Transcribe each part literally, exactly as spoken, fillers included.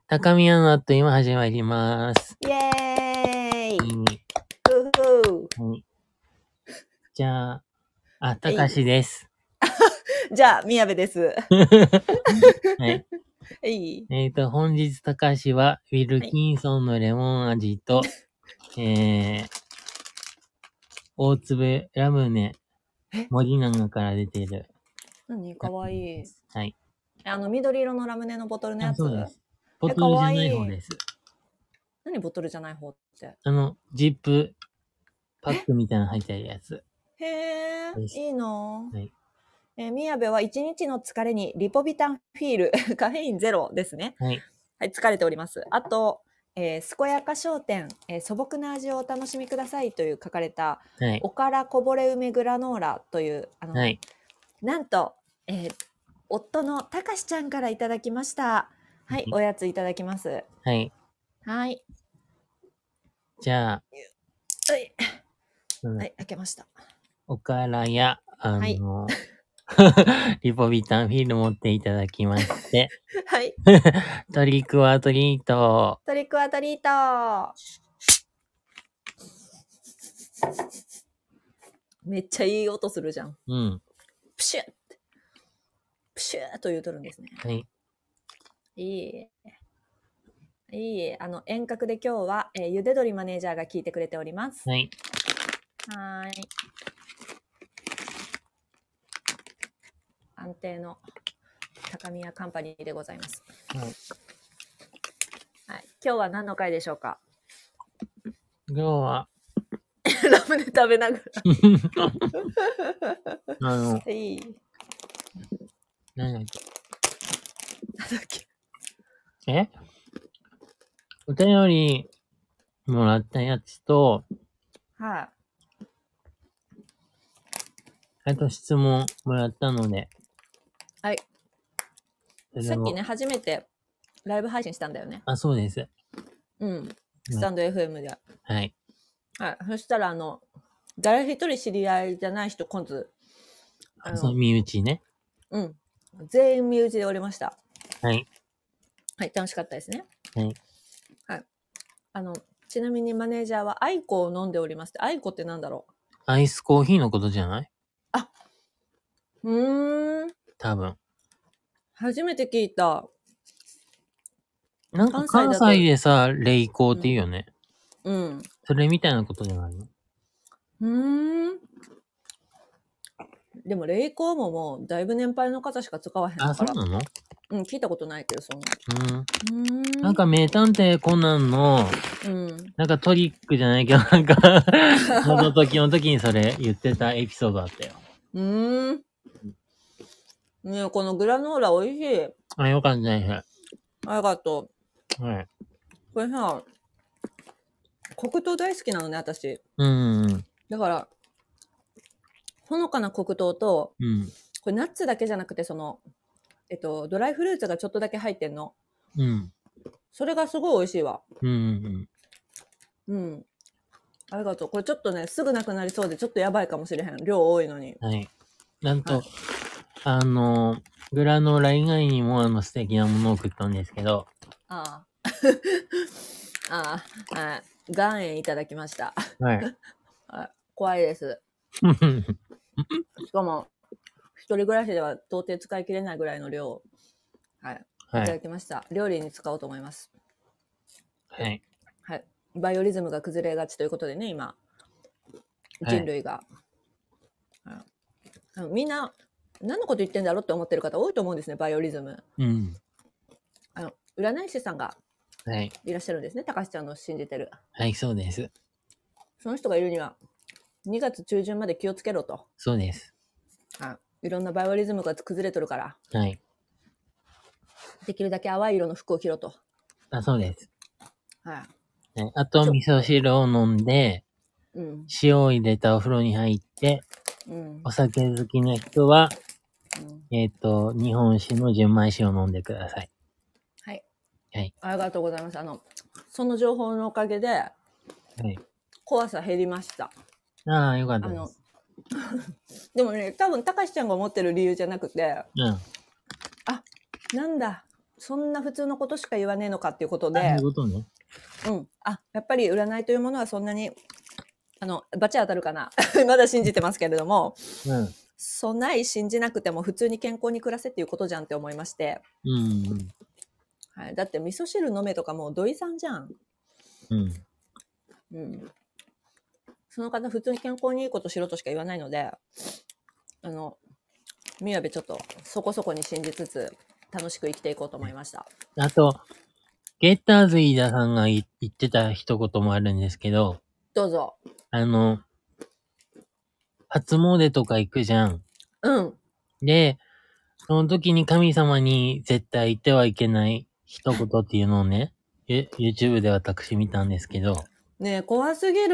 高宮のあっと今始まります。 イエーイ、 うん、 ふふはい、じゃあ、あ、たかしです。 じゃあ、宮部です。 はい。 はい。 えっ、ー、と、本日たかしは、ウィルキンソンのレモン味と、はい、えー、大粒ラムネ、森永から出ている。 何かわいい。 はい。 あの、緑色のラムネのボトルのやつ？ そうです。ボトルじゃない方です。 何ボトルじゃない方って？ あの、ジップパックみたいなの入ってるやつ。 へー、いいの？ はい。 えー、宮部は一日の疲れにリポビタンフィール、カフェインゼロですね。 はい。 はい、疲れております。あと、えー、健やか商店、えー、素朴な味をお楽しみくださいという書かれた、はい、おからこぼれ梅グラノーラという、あの、はい、なんと、えー、夫のたかしちゃんからいただきました。はい、おやついただきます。 はい。 はい。 じゃあ、 はい。うん、はい、開けました。 おからや、あの、はいリポビタンフィール持っていただきまして。 はい。 トリックアトリート。 トリックアトリート。めっちゃいい音するじゃん。 うん。 プシュップシュッと言うとるんですね。 はい。 いい。いい。あの、遠隔で今日は、えー、ゆでどりマネージャーが聞いてくれております。 はい。 はい。安定の高宮カンパニーでございます。はい。はい、今日は何の回でしょうか？ 今日はラムネ食べながらあの、 いい。 何だっけ？ なんだっけ？ え？お便りもらったやつと、 はい。 あと質問もらったので。 はい。さっきね、初めてライブ配信したんだよね。 あ、そうです。 うん。スタンド エフエム で。 はい。 はい。そしたら、あの、誰一人知り合いじゃない人、今度、 あの、そう、身内ね。 うん。全員身内でおりました。 はい。 はい、楽しかったですね。 はい。 はい。あの、ちなみにマネージャーはアイコを飲んでおります。アイコってなんだろう？ アイスコーヒーのことじゃない？ あ、うーん。 多分。 初めて聞いた。 なんか関西でさ、レイコーって言うよね。 うん。うん、 それみたいなことじゃないの？ うーん。でも、レイコーももう、だいぶ年配の方しか使わへんから。 あ、そうなの？ うん、聞いたことないけど、そんな。 うん。うん。なんか名探偵コナンの、 うん。 なんかトリックじゃないけど、なんか、謎解きの時にそれ言ってたエピソードあったよ。 うーん。ねえ、このグラノーラ美味しい。 あ、よかったね。 ありがとう。はい。これさ、黒糖大好きなのね、私。 うん。 だから、ほのかな黒糖と、 うん、 これナッツだけじゃなくて、その、えっと、ドライフルーツがちょっとだけ入ってんの。 うん。 それがすごい美味しいわ。 うん。 うん。ありがとう。これちょっとね、すぐなくなりそうで、ちょっとやばいかもしれへん。量多いのに。 はい。なんと、はい、あの、グラノーラ以外にも、あの、素敵なものを送ったんですけど。 ああ。ああ、はい。岩塩いただきました。 はい。 怖いです。しかも、一人暮らしでは到底使い切れないぐらいの量を、はい。いただきました。はい、料理に使おうと思います。 はい。 はい。バイオリズムが崩れがちということでね、今。人類が。はい、みんな、何のこと言ってんだろうって思ってる方多いと思うんですね、バイオリズム。 うん。 あの、占い師さんがはい。 いらっしゃるんですね、高橋ちゃんの信じてる。 はい、そうです。 その人がいるには、にがつ中旬まで気をつけろと。 そうです。 はい。いろんなバイオリズムが崩れとるから。 はい。 できるだけ淡い色の服を着ろと。 あ、そうです。 はい。 はい、あと、味噌汁を飲んで、うん、塩を入れたお風呂に入って、うん、お酒好きな人は、うん、えっと、日本酒の純米酒を飲んでください。 はい。 はい。 ありがとうございます。あの、その情報のおかげで、はい。怖さ減りました。 ああ、よかったです。あのでもね、多分、たかしちゃんが思ってる理由じゃなくて、うん、あ、なんだ、 そんな普通のことしか言わねえのかっていうことで、 そういうことね。 うん。あ、やっぱり占いというものはそんなに、あの、バチ当たるかなまだ信じてますけれども、 うん。 そんない信じなくても普通に健康に暮らせっていうことじゃんって思いまして。 うん、 はい。だって味噌汁飲めとかもう土井さんじゃん。 うん。 うん。その方普通に健康にいいことしろとしか言わないので、あの、宮部ちょっとそこそこに信じつつ楽しく生きていこうと思いました。 あと、ゲッターズ飯田さんが言ってた一言もあるんですけど、 どうぞ。 あの、初詣とか行くじゃん。 うん。 で、その時に神様に絶対言ってはいけない一言っていうのをね、YouTube で私見たんですけど。 ねえ、怖すぎる。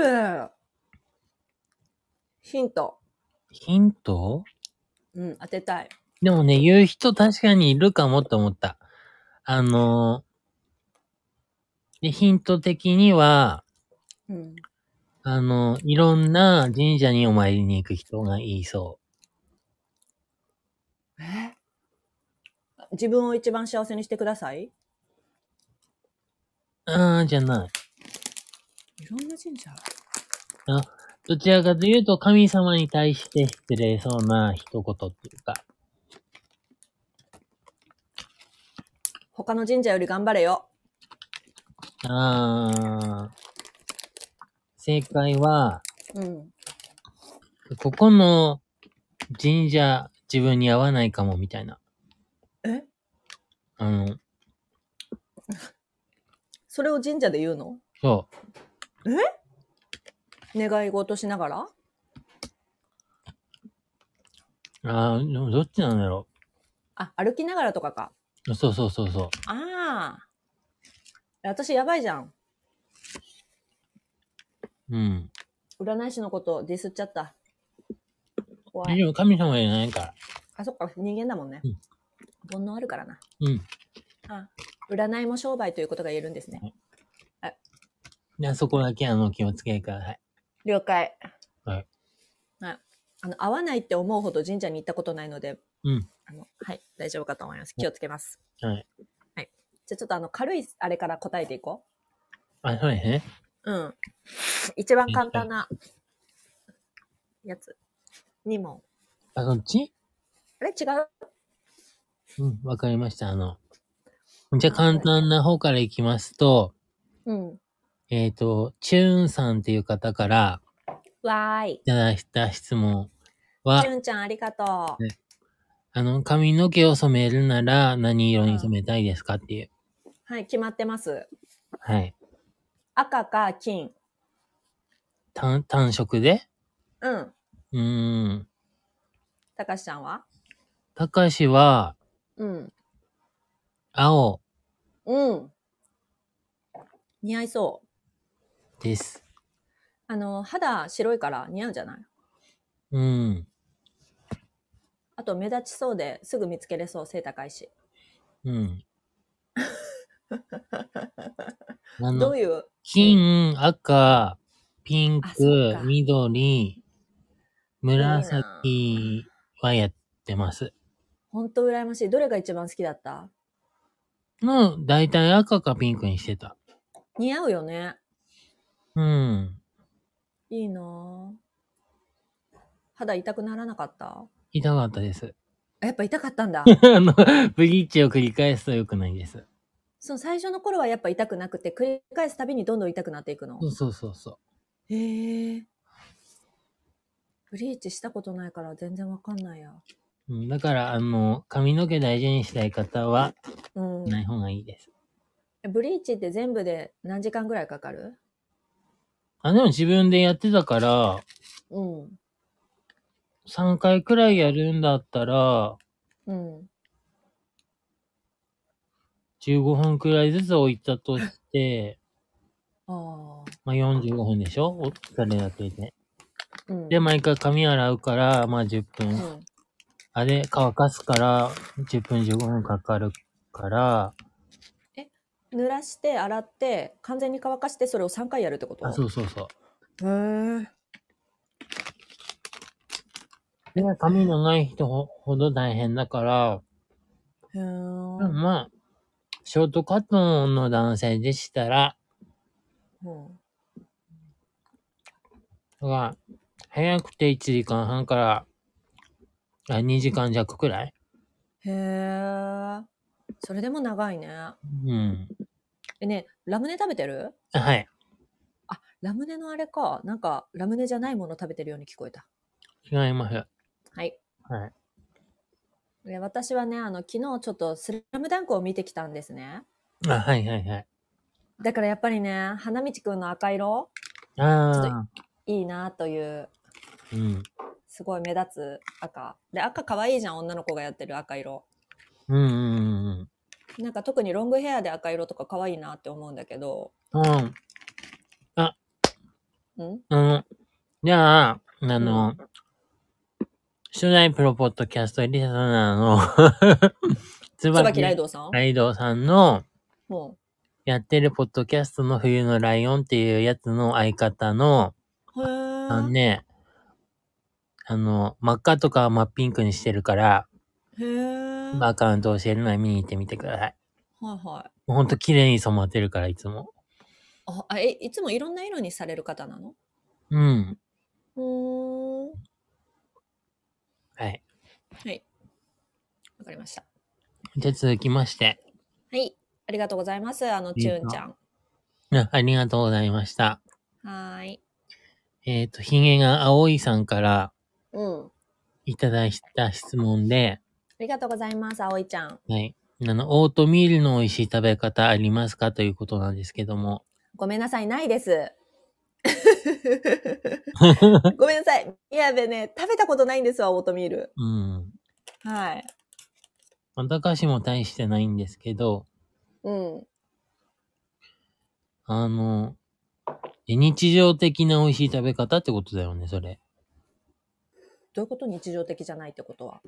ヒント。 ヒント？ うん、当てたい。 でもね、言う人確かにいるかもって思った。あの、でヒント的には、うん、あの、いろんな神社にお参りに行く人が言いそう。 え？自分を一番幸せにしてください？ あー、じゃない。 いろんな神社？ あ、どちらかというと神様に対して失礼そうな一言っていうか。 他の神社より頑張れよ。 あー、正解は、 うん、 ここの神社自分に合わないかもみたいな。 え？ あの、 それを神社で言うの？ そう。 え？願い事しながら？ あー、でもどっちなんだろう。 あ、歩きながらとかか。 そうそうそうそう。 ああ。私やばいじゃん。 うん。 占い師のことディスっちゃった。 怖い。でも神様じゃないから。 あ、そっか、人間だもんね。うん。煩悩あるからな。 うん。 あ、占いも商売ということが言えるんですね。 はい。じゃあそこだけあの気をつけてください。 了解。 はい。 はい。あの、合わないって思うほど神社に行ったことないので、 うん。 あの、はい、大丈夫かと思います。気をつけます。 はい。 はい。じゃあちょっとあの、軽いあれから答えていこう。あ、そうですね。 うん。一番簡単なやつ。に問。 あ、そっち？ あれ違う？ うん、わかりました。あの、じゃあ簡単な方からいきますと、うん。えっと、チューンさんっていう方から、 わーい。 いただいた質問は、 チューンちゃんありがとう。ね、 あの、髪の毛を染めるなら何色に染めたいですかっていう。 うん、はい、決まってます。 はい。 赤か金。 単、単色で？ うん。うーん。 たかしちゃんは？ たかしは、 うん。 青。 うん。似合いそう。 です。 あの、肌白いから似合うんじゃない？ うん。 あと目立ちそうですぐ見つけれそう、背高いし。うん。どういう？ 金、赤、ピンク、緑、紫はやってます。 ほんと羨ましい。どれが一番好きだった？ の、だいたい赤かピンクにしてた。 似合うよね。 うん。 いいなぁ。肌痛くならなかった？ 痛かったです。 やっぱ痛かったんだ。 あの、ブリーチを繰り返すと良くないです。 その最初の頃はやっぱ痛くなくて、繰り返すたびにどんどん痛くなっていくの？ そうそうそうそう。 へえ。ブリーチしたことないから全然わかんないや。 うん、だから、あの、髪の毛大事にしたい方は、うん、ない方がいいです。 ブリーチって全部で何時間ぐらいかかる？ あ、でも自分でやってたから、うん。さんかいくらいやるんだったら、うん。じゅうごふんくらいずつ置いたとして、ああ。まあ、よんじゅうごふんでしょ？お疲れだけで。うん。で、毎回髪洗うから、まあじゅっぷん。うん、あれ、乾かすから、じゅっぷんじゅうごふんかかるから、 え、濡らして、洗って、完全に乾かして、それをさんかいやるってこと？ あ、そうそうそう。 へえ。 で、髪長い人ほど大変だから、へえ。まあ、 ショートカットの男性でしたら、うん。が、早くていちじかんはんから、あ、にじかん弱くらい。 へえ。それでも長いね。 うん。 えね、ラムネ食べてる？ あ、はい。 あ、ラムネのあれか。なんか、ラムネじゃないもの食べてるように聞こえた。 違います。 はい。 はい。 で私はね、あの、昨日ちょっとスラムダンクを見てきたんですね。 あ、はいはいはい。 だからやっぱりね、花道くんの赤色ちょっとああ。 いいなという、 うん。 すごい目立つ赤。で、赤可愛いじゃん、女の子がやってる赤色。 うんうんうんうん。なんか特にロングヘアで赤色とか可愛いなって思うんだけど。 うん。あ、 んうん。じゃあ、あの、うん、初代プロポッドキャストリスナーのつばきライドウさんライドウさんの、 うん。 やってるポッドキャストの冬のライオンっていうやつの相方の、 へー。 あのね、あの、真っ赤とか真っピンクにしてるから、 へー。 アカウント教えるのは見に行ってみてください。 はいはい。 もうほんと綺麗に染まってるから、いつも。 あ、え、いつもいろんな色にされる方なの？ うん。 うーん。 はい。 はい。わかりました。 じゃあ続きまして。 はい。ありがとうございます。あの、チューンちゃん。 あ、ありがとうございました。 はーい。 えっと、ひげが青いさんから、 うん。 いただいた質問で、 ありがとうございます、葵ちゃん。 はい。あの、オートミールの美味しい食べ方ありますかということなんですけども。 ごめんなさい、ないです。ごめんなさい。いやべね、食べたことないんですわ、オートミール。 うん。 はい。 私も大してないんですけど、 うん。 あの、日常的な美味しい食べ方ってことだよね、それ。 どういうこと？日常的じゃないってことは。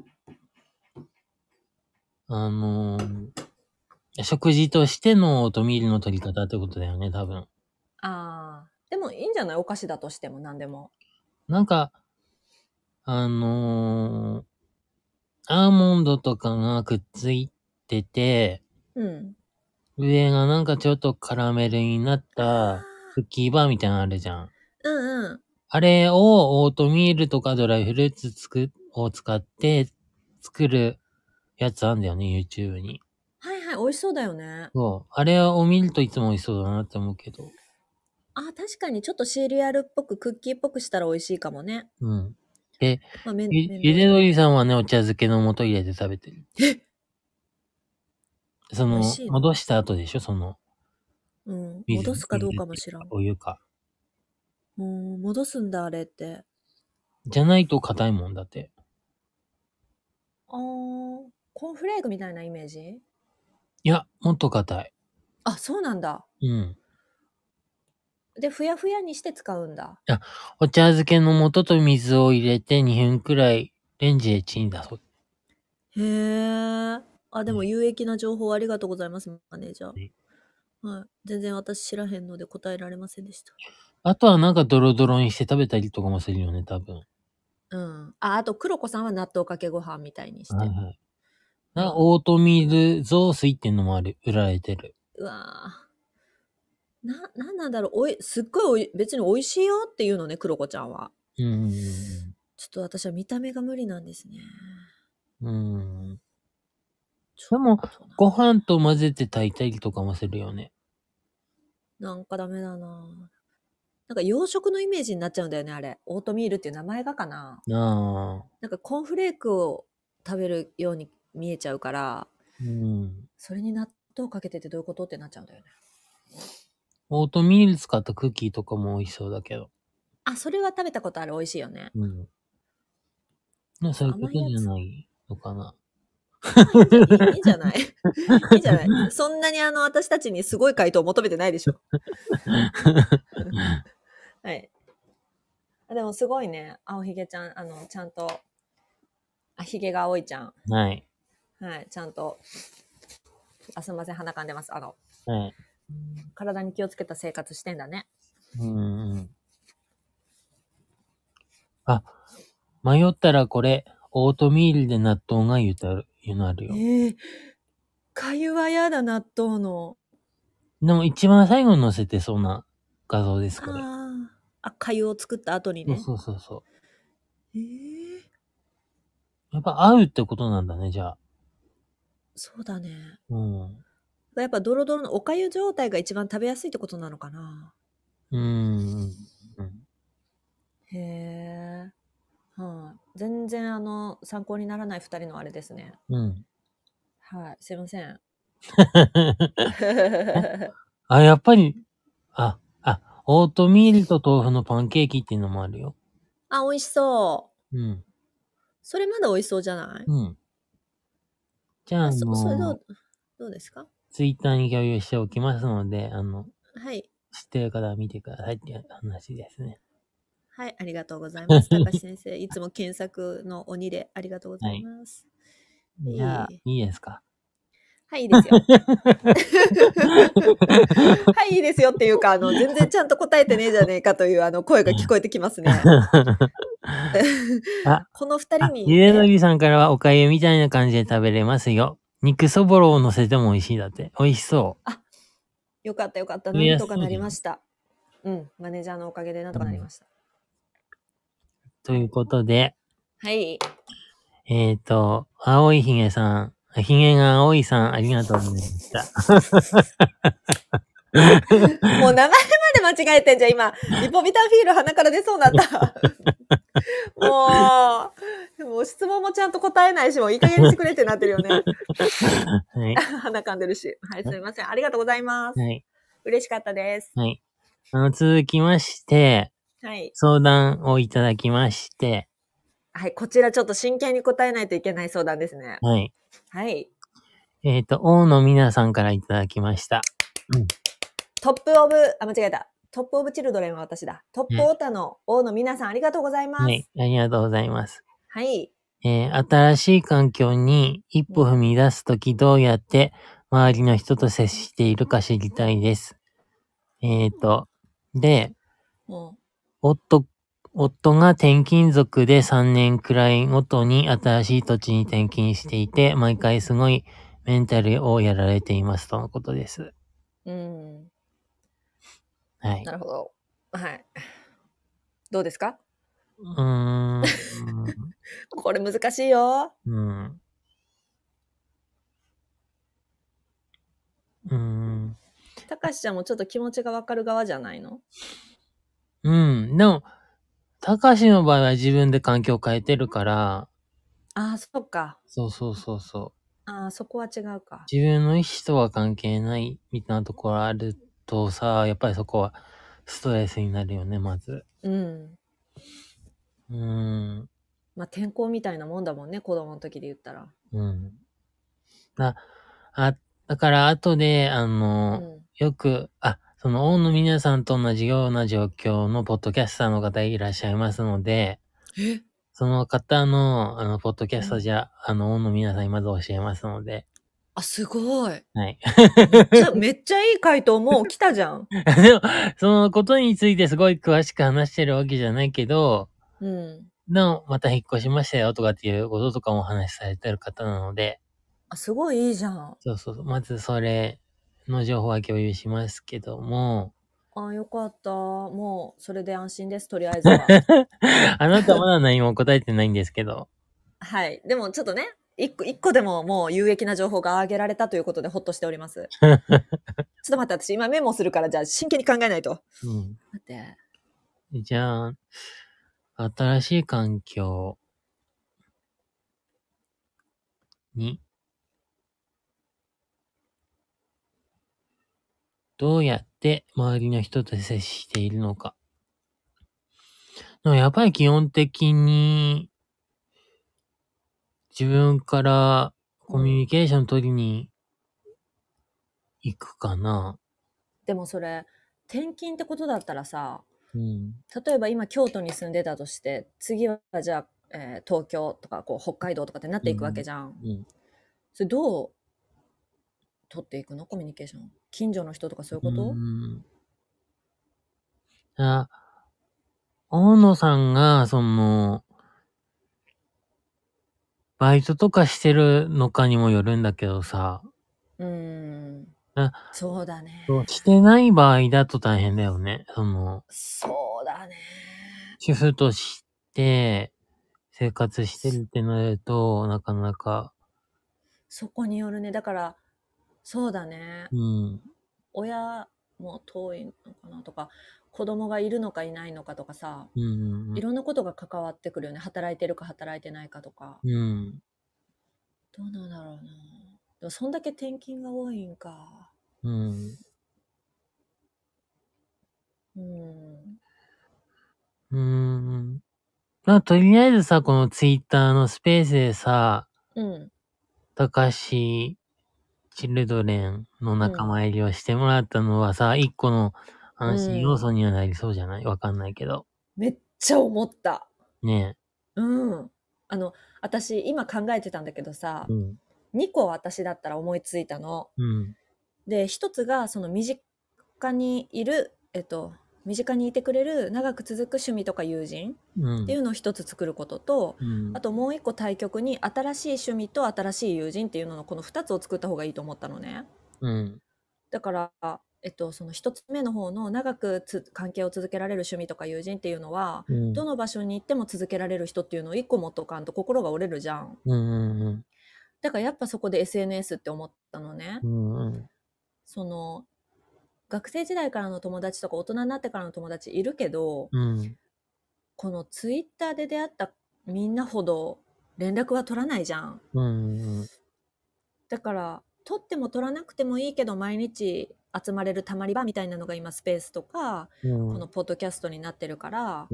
あの、食事としてのオートミールの取り方ってことだよね、多分。 ああ。でもいいんじゃない？お菓子だとしても何でも。 なんか、あのー、アーモンドとかがくっついてて、 うん。 上がなんかちょっとカラメルになったクッキーバーみたいなのあるじゃん。 うんうん。 あれをオートミールとかドライフルーツつくを使って作るやつあんだよね、YouTube に。 はいはい、美味しそうだよね。 そう。あれを見るといつも美味しそうだなって思うけど。 あ、確かにちょっとシリアルっぽくクッキーっぽくしたら美味しいかもね。 うん。で、 まあ、めんゆ、ゆでどりさんはね、お茶漬けの素入れて食べてる。えその、戻した後でしょ、その。 うん。戻すかどうかも知らん。 お湯か。 うん、戻すんだ、あれって。 じゃないと硬いもんだって。 あー、コーンフレークみたいなイメージ？ いや、もっと硬い。 あ、そうなんだ。 うん。 で、ふやふやにして使うんだ。 あ、お茶漬けの素と水を入れてにふんくらいレンジでチンだそう。 へえ。あ、でも有益な情報ありがとうございます、マネージャー。ね、はい。全然私知らへんので答えられませんでした。 あとはなんかドロドロにして食べたりとかもするよね、多分。 うん。あ、あと、黒子さんは納豆かけご飯みたいにして。はいはい。 なんかオートミール雑炊っていうのもある、売られてる。 うわぁ。な、なんなんだろう。おい、すっごいおい、別に美味しいよっていうのね、黒子ちゃんは。うん。ちょっと私は見た目が無理なんですね。 うん。でも、ご飯と混ぜて炊いたりとかもするよね。 なんかダメだな。なんか洋食のイメージになっちゃうんだよね、あれ。オートミールっていう名前がかな。ああ。なんかコーンフレークを食べるように見えちゃうから、うん。それに納豆かけててどういうことってなっちゃうんだよね。 オートミール使ったクッキーとかも美味しそうだけど。 あ、それは食べたことある。美味しいよね。うん。 そういうことじゃないのかな。 いいんじゃない？いいんじゃない？そんなにあの、私たちにすごい回答を求めてないでしょ。はい。でもすごいね。青ひげちゃん、あの、ちゃんと、あ、ひげが青いちゃん。はい。はい、ちゃんと、あ、すみません、鼻かんでます。あの、はい。体に気をつけた生活してんだね。うん。あ、迷ったらこれ、オートミールで納豆が言うたる、いうのあるよ。えー、 かゆはやだ、納豆の。 でも一番最後に載せてそうな画像ですから。 ああ、かゆを作った後にね。 そうそうそう。 えー、 やっぱ合うってことなんだね、じゃあ。 そうだね。 うん。 やっぱドロドロのおかゆ状態が一番食べやすいってことなのかな。 うーん。うん、 へえ。はい、全然あの参考にならないふたりのあれですね。 うん。 はい、すいません。 あ、やっぱり、あ、あ、オートミールと豆腐のパンケーキっていうのもあるよ。 あ、美味しそう。 うん。 それまだ美味しそうじゃない？ うん。じゃあ、ああ、そ、それどのう、どうですか？ ツイッターに共有しておきますので、あの、 はい。 知ってる方は見てくださいっていう話ですね。 はい、ありがとうございます。高橋先生、いつも検索の鬼でありがとうございます。 はい、じゃあ、いいですか？ はい、いいですよ。はい、いいですよっていうか、あの、全然ちゃんと答えてねえじゃねえかという、あの、声が聞こえてきますね。 あ、 この二人に。 ゆでのりさんからはおかゆみたいな感じで食べれますよ。肉そぼろを乗せても美味しいだって。美味しそう。 あ、よかったよかった。なんとかなりました。うん、マネージャーのおかげでなんとかなりました。うん、 ということで。 はい。 えっ、ー、と、青いひげさん、ひげが青いさん、ありがとうございました。 もう名前まで間違えてんじゃん、今。リポビタンフィール鼻から出そうになった。もう、もう質問もちゃんと答えないし、もういい加減にしてくれってなってるよね。はい。鼻かんでるし。はい、すみません。ありがとうございます。はい。嬉しかったです。 はい。あの、続きまして、はい。相談をいただきまして、 はい、こちらちょっと真剣に答えないといけない相談ですね。 はい。 はい。 えっ、ー、と、大野みなさんからいただきました。うん。 トップオブ、あ、間違えた。トップオブチルドレンは私だ。トップオタの大野みなさん、ありがとうございます。 はい、ありがとうございます。 はい。 えー、新しい環境に一歩踏み出すときどうやって周りの人と接しているか知りたいです。えっ、ー、と、で、うん、夫、夫が転勤族でさんねんくらいごとに新しい土地に転勤していて、毎回すごいメンタルをやられていますとのことです。 うん。 はい。 なるほど。はい。どうですか？ うーん。 これ難しいよ。 うん。うーん。 たかしちゃんもちょっと気持ちがわかる側じゃないの？ うん。でも、たかしの場合は自分で環境を変えてるから。 ああ、そっか。 そうそうそうそう。 ああ、そこは違うか。 自分の意思とは関係ないみたいなところあるとさ、やっぱりそこはストレスになるよね、まず。 うん。 うーん。 まあ、転校みたいなもんだもんね、子供の時で言ったら。 うん。だ、あ、だから後で、あの、うん、よく、あ、その大野皆さんと同じような状況のポッドキャスターの方いらっしゃいますので、 えその方の、あの、ポッドキャストじゃ、うん、あの、大野皆さんにまず教えますので。 あ、すごい。 はい。 めっちゃ、めっちゃいい回答もう来たじゃん。 でも、そのことについてすごい詳しく話してるわけじゃないけど、うん。の、また引っ越しましたよとかっていうこととかもお話しされてる方なので。 あ、すごいいいじゃん。 そうそうそう。まずそれの情報は共有しますけども。 あ、よかった。もう、それで安心です、とりあえずは。 あなたまだ何も答えてないんですけど。 はい。でもちょっとね、一個、一個でももう有益な情報が挙げられたということでほっとしております。ちょっと待って、私今メモするから、じゃあ真剣に考えないと。うん。待って。 じゃあ、新しい環境に、どうやって周りの人と接しているのか。でもやっぱり基本的に、自分からコミュニケーション取りに行くかな。 でもそれ、転勤ってことだったらさ、うん、例えば今京都に住んでたとして、次はじゃあ、えー、東京とかこう北海道とかってなっていくわけじゃん。うんうん、それどう取っていくの？コミュニケーション。近所の人とかそういうこと？うん。 あ、大野さんが、その、バイトとかしてるのかにもよるんだけどさ。 うん。そうだね。 してない場合だと大変だよね。その。 そうだね。 主婦として、生活してるってなると、なかなか。 そこによるね。だから、そうだね。 うん。 親も遠いのかなとか、子供がいるのかいないのかとかさ、 うんうんうん、 いろんなことが関わってくるよね。働いてるか働いてないかとか。 うん。 どうなんだろうな。でも、そんだけ転勤が多いんか。 うん。 うん。 うん。まあ、とりあえずさ、このツイッターのスペースでさ、 うん。 たかしチルドレンの仲間入りをしてもらったのはさ、一個の安心要素にはなりそうじゃない？わかんないけど。 めっちゃ思った。 ねえ。うん。あの、私、今考えてたんだけどさ、うん、にこ私だったら思いついたの。うん。で、一つが、その身近にいる、えっと、身近にいてくれる長く続く趣味とか友人っていうのを一つ作ることと、うん、あともう一個対極に新しい趣味と新しい友人っていうののこの二つを作った方がいいと思ったのね。うん、だから、えっと、その一つ目の方の長くつ関係を続けられる趣味とか友人っていうのは、うん、どの場所に行っても続けられる人っていうのを一個持っとかんと心が折れるじゃん。うんうんうん、だからやっぱそこで エスエヌエス って思ったのね。うんうん、その学生時代からの友達とか大人になってからの友達いるけど、うん、このツイッターで出会ったみんなほど連絡は取らないじゃん。うんうん、だから取っても取らなくてもいいけど毎日集まれるたまり場みたいなのが今スペースとか、うん、このポッドキャストになってるから、うん、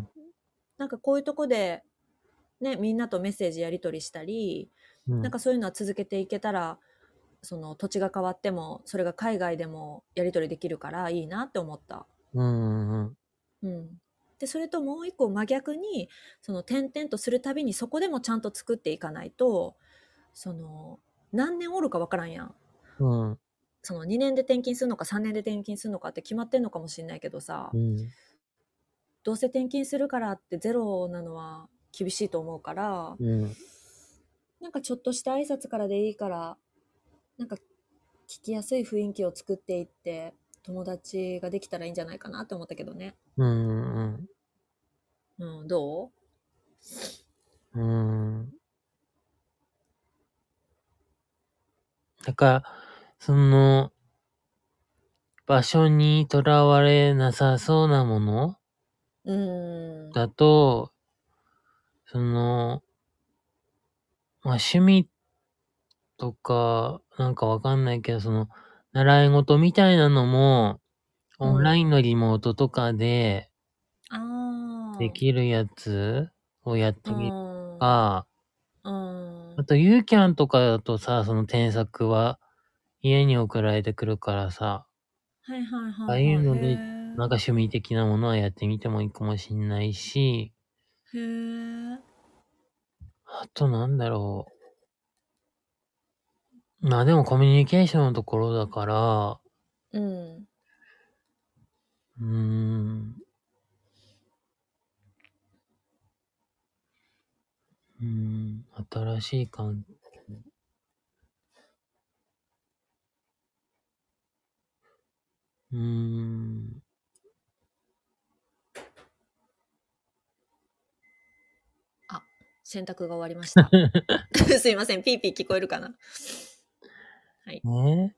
なんかこういうとこで、ね、みんなとメッセージやり取りしたり、うん、なんかそういうのは続けていけたらその土地が変わってもそれが海外でもやり取りできるからいいなって思った。うんうんうん、でそれともう一個真逆にその転々とするたびにそこでもちゃんと作っていかないとその何年おるか分からんやん。うん、そのにねんで転勤するのかさんねんで転勤するのかって決まってんのかもしれないけどさ、うん、どうせ転勤するからってゼロなのは厳しいと思うから、うん、なんかちょっとした挨拶からでいいからなんか聞きやすい雰囲気を作っていって友達ができたらいいんじゃないかなって思ったけどね。うんうんうん、どう？うん。 だから、その、場所にとらわれなさそうなものうんだと、その、まあ、趣味とか、なんかわかんないけど、その、習い事みたいなのも、オンラインのリモートとかで、できるやつをやってみるか、あと、ユーキャンとかだとさ、その添削は家に送られてくるからさ、 はいはいはいはい。 ああいうので、なんか趣味的なものはやってみてもいいかもしんないし、 へえ。 あとなんだろう。まあでもコミュニケーションのところだから、 うん。 うーん。うーん。新しい環境。うーん。 あ、洗濯が終わりました。すいません、ピーピー聞こえるかな。はい。 ね、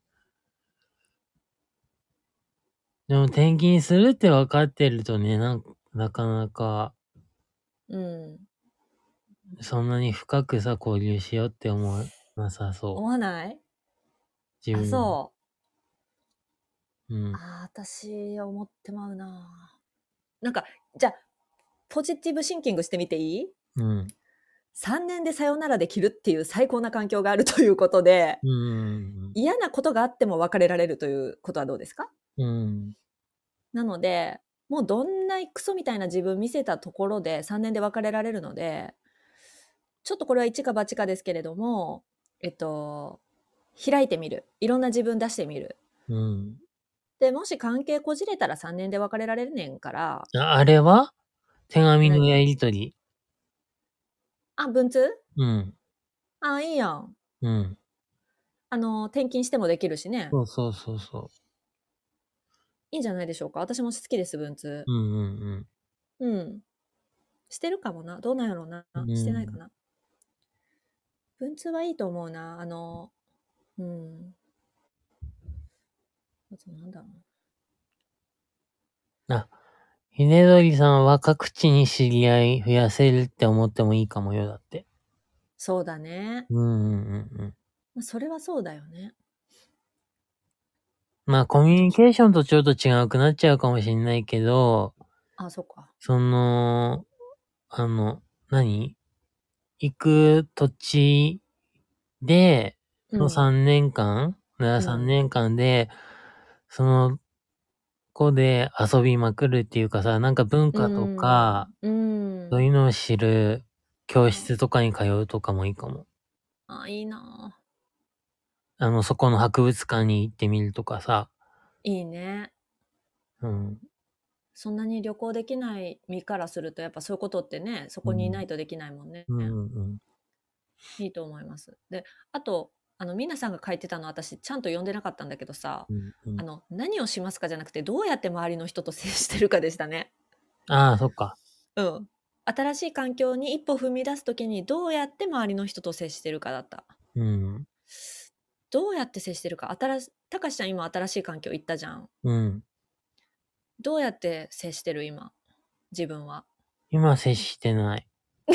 でも転勤するって分かってるとね、なんなかなか、 うん。 そんなに深くさ、交流しようって思わなさそう。 思わない？ 自分。 あ、そう。 うん。 あ、私、思ってまうな。なんか、じゃあ、ポジティブシンキングしてみていい？ うん。 さんねんでさよならできるっていう最高な環境があるということで、 うん。 嫌なことがあっても別れられるということはどうですか？ うん。 なので、もうどんなクソみたいな自分見せたところでさんねんで別れられるので、ちょっとこれは一か八かですけれども、えっと、開いてみる。いろんな自分出してみる。 うん。 で、もし関係こじれたらさんねんで別れられるねんから。 あ、あれは手紙のやりとり。 あ、文通？ うん。 あ、いいやん。 うん。 あの、転勤してもできるしね。 そうそうそうそう。 いいんじゃないでしょうか。私も好きです、文通。 うんうんうん。うん。してるかもな。どうなんやろうな。 うん。 してないかな。文通はいいと思うな。あの、うん。あとなんだろう。あ、ひねどりさんは各地に知り合い増やせるって思ってもいいかもよ、だって。 そうだね。 うんうんうんうん。 それはそうだよね。 まあ、コミュニケーションとちょっと違うくなっちゃうかもしれないけど、 あ、そっか。 その、あの、何行く土地で、そのさんねんかん、うん、さんねんかんで、その子で遊びまくるっていうかさ、なんか文化とか、うん、そういうのを知る教室とかに通うとかもいいかも。 あ、いいなあの、そこの博物館に行ってみるとかさ。 いいね。 うん。 そんなに旅行できない身からすると、やっぱそういうことってね、そこにいないとできないもんね。 うんうんうん、 いいと思います。で、あと、あの、皆さんが書いてたの私、ちゃんと読んでなかったんだけどさ、うんうん、あの、何をしますかじゃなくて、どうやって周りの人と接してるかでしたね。 ああ、そっか。 うん。新しい環境に一歩踏み出すときに、どうやって周りの人と接してるかだった。うん。どうやって接してるか。新し、たかしちゃん今新しい環境行ったじゃん。うん。どうやって接してる今、自分は。 今接してない。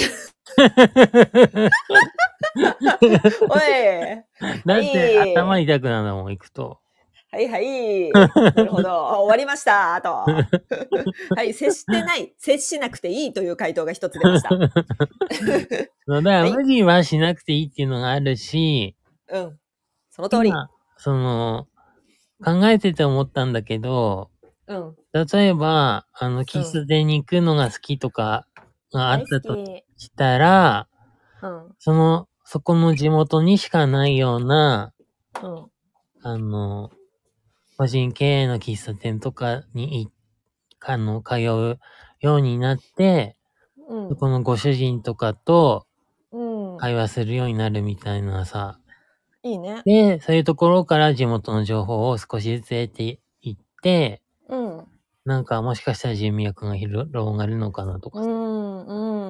おいだって頭痛くなるもん、行くと。 はいはい。なるほど。終わりました。と。はい、接してない。接しなくていいという回答が一つ出ました。だから無理はしなくていいっていうのがあるし、 うん。その通り。 今、その、考えてて思ったんだけど、うん。例えば、あの、喫茶店に行くのが好きとかがあったとしたら、うん。その、そこの地元にしかないような、うん。あの、個人経営の喫茶店とかに、あの、通うようになって、うん、そこのご主人とかと、会話するようになるみたいなさ、いいね。で、そういうところから地元の情報を少しずつ得ていって、うん。なんかもしかしたら人脈が広がるのかなとか、うん、うん。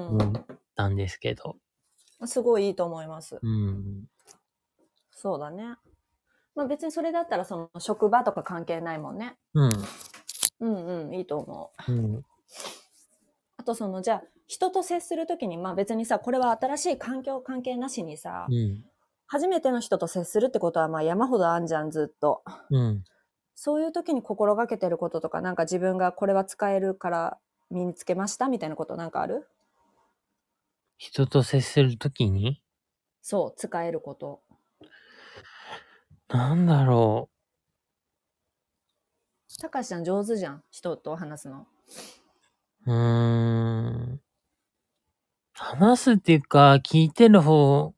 思ったんですけど。すごいいいと思います。うん。そうだね。まあ別にそれだったらその職場とか関係ないもんね。うん。うんうん、いいと思う。うん。あとその、じゃあ、人と接するときに、まあ別にさ、これは新しい環境関係なしにさ、うん、初めての人と接するってことはまあ山ほどあんじゃん、ずっと。うん。そういう時に心がけてることとか、なんか自分がこれは使えるから身につけましたみたいなことなんかある？人と接するときに？そう、使えること。なんだろう。たかしちゃん上手じゃん、人と話すの。うーん。話すっていうか、聞いてる方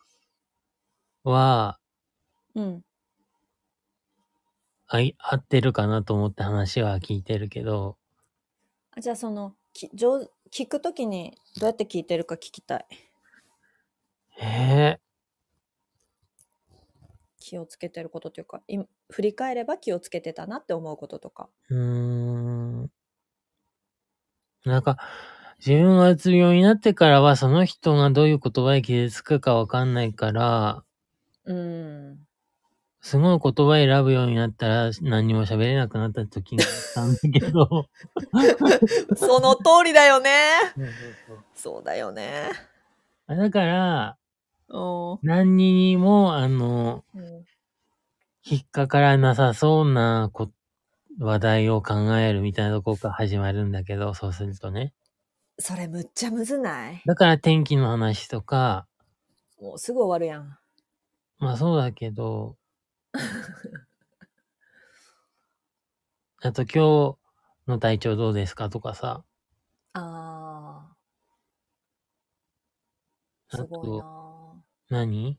は、うん。あい、合ってるかなと思って話は聞いてるけど。あ、じゃあその、き上聞くときにどうやって聞いてるか聞きたい。ええ気をつけてることというか、い振り返れば気をつけてたなって思うこととか。うーん。なんか、自分がうつ病になってからは、その人がどういう言葉で傷つくかわかんないから、うん。すごい言葉選ぶようになったら、何にも喋れなくなった時があったんだけど。その通りだよね。そうそうそう。そうだよね。だから、何にも、あの、うん、引っかからなさそうなこ話題を考えるみたいなところから始まるんだけど、そうするとね。それむっちゃむずない？だから天気の話とか。もうすぐ終わるやん。まあそうだけど。あと今日の体調どうですかとかさ。ああ。すごいな。何？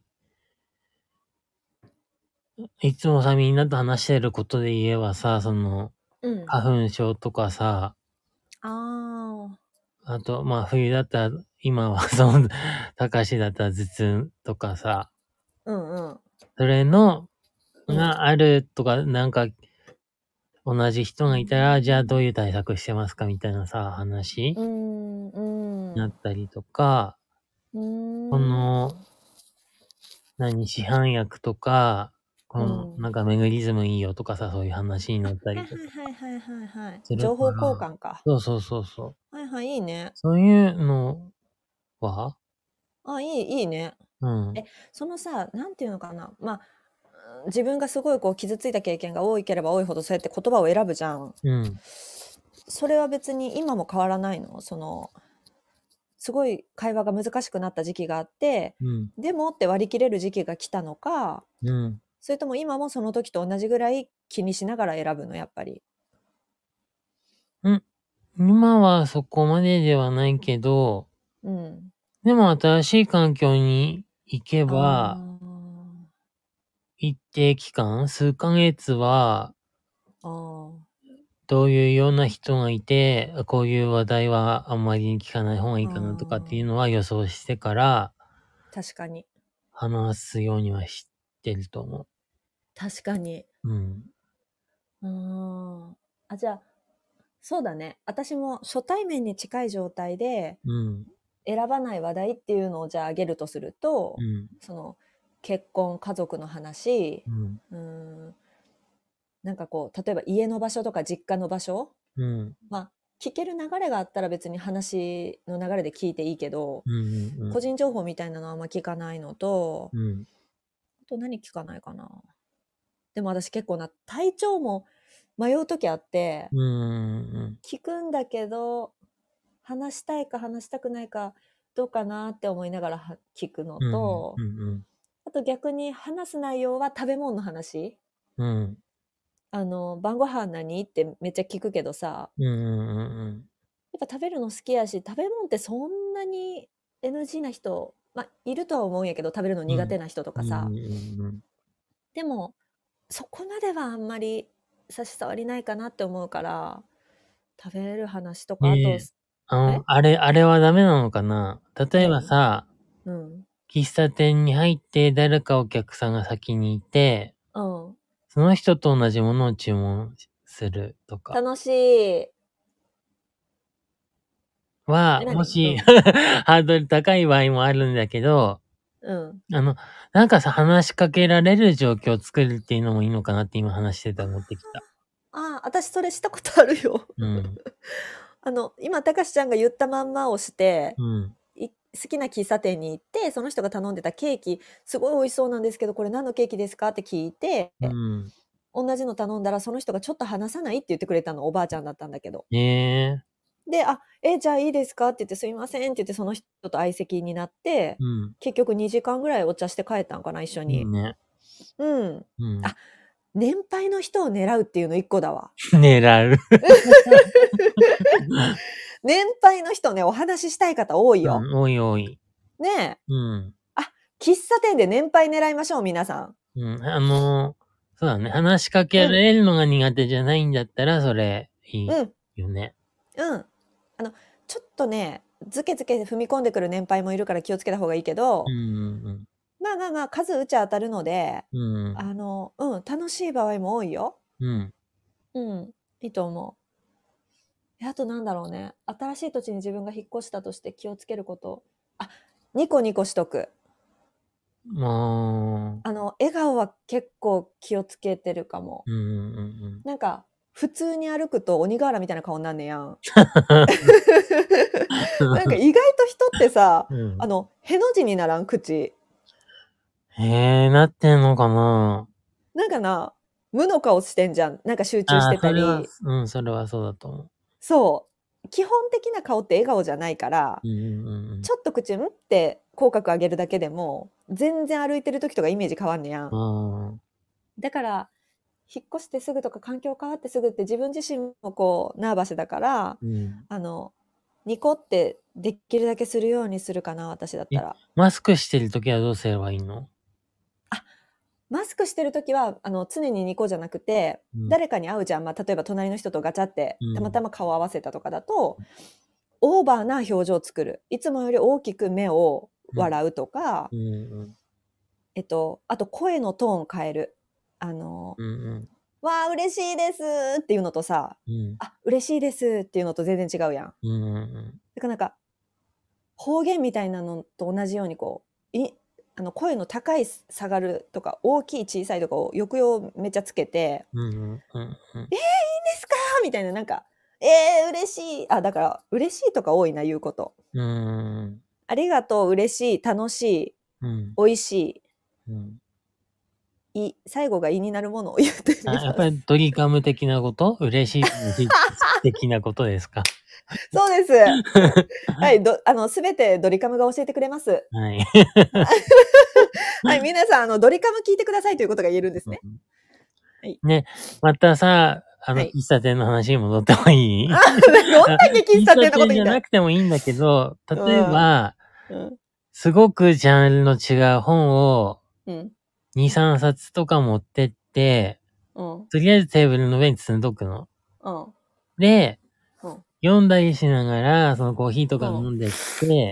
いつもさ、みんなと話してることで言えばさ、その、うん、花粉症とかさ。ああ。あと、まあ冬だったら、今はその、たかしだったら頭痛とかさ。うんうん。 それの、があるとか、なんか、同じ人がいたら、じゃあどういう対策してますかみたいなさ、話になったりとか、この、何、市販薬とか、この、なんかメグリズムいいよとかさ、そういう話になったりとか。 はいはいはいはいはい。 する情報交換か。 そうそうそうそう。 はいはい、いいね。 そういうのはあ、いい、いいね。 うん。 え、そのさ、なんていうのかな。まあ、自分がすごいこう傷ついた経験が多いければ多いほどそうやって言葉を選ぶじゃん。 うん。 それは別に今も変わらないの？その、すごい会話が難しくなった時期があって、 うん。 でもって割り切れる時期が来たのか、 うん。 それとも今もその時と同じぐらい気にしながら選ぶの、やっぱり。 うん。今はそこまでではないけど、 うん。 でも新しい環境に行けば、一定期間、数ヶ月は、どういうような人がいて、こういう話題はあんまり聞かない方がいいかなとかっていうのは予想してから、 確かに。 話すようにはしてると思う。 確かに。 うん。 うん。あ、じゃあ、そうだね。私も初対面に近い状態で、 うん。 選ばない話題っていうのをじゃあ挙げるとすると、 うん。 その結婚、家族の話、 うん。 うーん、なんかこう、例えば家の場所とか実家の場所、 うん。 まあ、聞ける流れがあったら別に話の流れで聞いていいけど、 うん。うん。 個人情報みたいなのはあんま聞かないのと、 うん。 あと何聞かないかな。でも私結構な、体調も迷う時あって、 うん。 聞くんだけど、話したいか話したくないかどうかなって思いながらは聞くのうん。 と、 うん。 あと逆に話す内容は食べ物の話。 うん。 あの、晩ご飯何ってめっちゃ聞くけどさ、 うん。うん。 やっぱ食べるの好きやし、食べ物ってそんなに エヌジー な人、まあ、いるとは思うんやけど、食べるの苦手な人とうん。 かさ。 うん。 でも、そこまではあんまり差し障りないかなって思うから、食べる話とか、あと、 ねえ、あの、 えあれ、あれはダメなのかな？例えば何？ さ、 うん。 喫茶店に入って誰かお客さんが先にいて、 うん。 その人と同じものを注文するとか楽しい。 は、 え、 もし、 何？うん。 ハードル高い場合もあるんだけど、 うん。 あの、なんかさ、話しかけられる状況を作るっていうのもいいのかなって今話してて思ってきた。 ああ、私それしたことあるよ。 うん。 あの、今、たかしちゃんが言ったまんまをして、 うん。 い好きな喫茶店に行って、その人が頼んでたケーキ、すごい美味しそうなんですけど、これ何のケーキですかって聞いて、 うん。 同じの頼んだら、その人がちょっと話さないって言ってくれたの、おばあちゃんだったんだけど。 ええで、あ、え、じゃあいいですかって言って、すいませんって言って、その人と相席になって、 うん。 結局にじかんぐらいお茶して帰ったんかな、一緒に。 いいね。 うん。 うん。 あ、年配の人を狙うっていうの一個だわ。 狙う。 年配の人ね、お話ししたい方多いよ。 うん、多い多い。 ねえ。 うん。 あ、喫茶店で年配狙いましょう、皆さうん。あのーそうだね。話しかけん。うん。 られるのが苦手じゃないんだったら、それ、いいうん。 よね。 うん。あの、ちょっとね、ずけずけ踏み込んでくる年配もいるから気をつけた方がいいけど、 うん。 まあまあまあ、数打ち当たるので、 うん。うん。 あの、うん、楽しい場合も多いよ。 うん。 うん、いいと思う。えあとなんだろうね。新しい土地に自分が引っ越したとして気をつけること。あ、ニコニコしとく。 もあの、笑顔は結構気をつけてるかも。 う、うんうんうん。 なんか、普通に歩くと鬼瓦みたいな顔になんねやん。なんか意外と人ってさ、 うん、 あの、への字にならん口。 へえ、なってんのかな？ なんかな、無の顔してんじゃん。なんか集中しああ、 てそれは、 たり。 うん、それはそうだと思そう。基本的な顔って笑顔じゃないから、 う。うんうんうんちょっと口んって口角上げるだけでも、全然歩いてる時とかイメージ変わんねやん。 うん。ああ。 だから、引っ越してすぐとか環境変わってすぐって自分自身もこう、ナーバスだから、 うん。 あの、ニコってできるだけするようにするかな、私だったえ、 ら。 マスクしてるときはどうすればいいの？ あ、マスクしてる時は、あの、常にニコじゃなくて、 うん。 誰かに会うじゃん。まあ、例えば隣の人とガチャって、 うん。 たまたま顔合わせたとかだと、オーバーな表情を作る。いつもより大きく目をうん。 笑うとか、 うんうん。 えっと、あと声のトーン変える。あの、 うんうん、 わあ、嬉しいですっていうのとさ、 うん、 あ、嬉しいですっていうのと全然違うやん。 うんうん、 だからなんか、方言みたいなのと同じようにこう、いあの声の高い下がるとか、大きい小さいとかを抑揚めっちゃつけて、 うんうんうん、 えー、いいんですかみたいな、なんか、えー、嬉しい。あ、だから、嬉しいとか多いな、言うこと。 うん、 ありがとう、嬉しい、楽しい、 うん、 美味しうん。 い、い、最後が意になるものを言ってみあ、 ます。 やっぱりドリカム的なこと？嬉しい的なことですか？ そうです。はい、ど、あの、すべてドリカムが教えてくれます。 はい。 はい、皆さん、あの、ドリカム聞いてくださいということが言えるんですね。 はい、ね、またさ、あの、 はい、 喫茶店の話に戻ってもいい？ あ、どんだけ喫茶店のこと言いたい？ 喫茶店じゃなくてもいいんだけど、例えば、 うんうん、 すごくジャンルの違う本を、に、さんさつとか持ってって、うん、とりあえずテーブルの上に積んどくの。うん、で、うん、読んだりしながら、そのコーヒーとか飲んでって、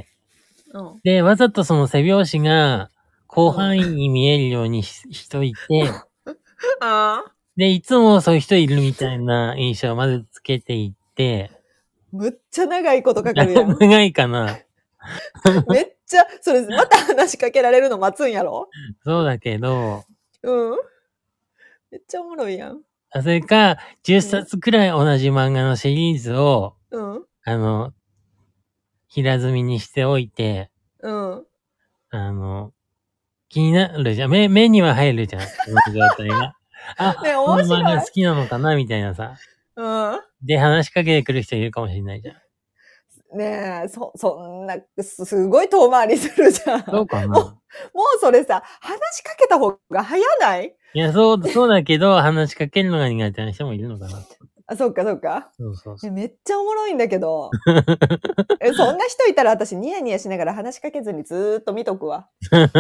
うん、で、わざとその背拍子が広範囲に見えるように し,、うん、しといて、あで、いつもそういう人いるみたいな印象をまずつけていって、 むっちゃ長いことかかるやん。 長いかな。 めっちゃ、それ、また話しかけられるの待つんやろ？ そうだけど、 うん。めっちゃおもろいやん。 それか、じゅっさつくらい同じ漫画のシリーズを、うん、あの、平積みにしておいて、うん。あの、気になるじゃん。目、目には入るじゃん。この状態が。あ、ね、この漫画好きなのかなみたいなさ。うん。で、話しかけてくる人いるかもしれないじゃん。 ねえ、そ、そんな、す、すごい遠回りするじゃん。 そうかな。 もう、もうそれさ、話しかけた方が早ない？ いや、そう、そうだけど、話しかけるのが苦手な人もいるのかな。 あ、そっかそっか。 そうそうそう。 めっちゃおもろいんだけど。え、そんな人いたら私ニヤニヤしながら話しかけずにずーっと見とくわ。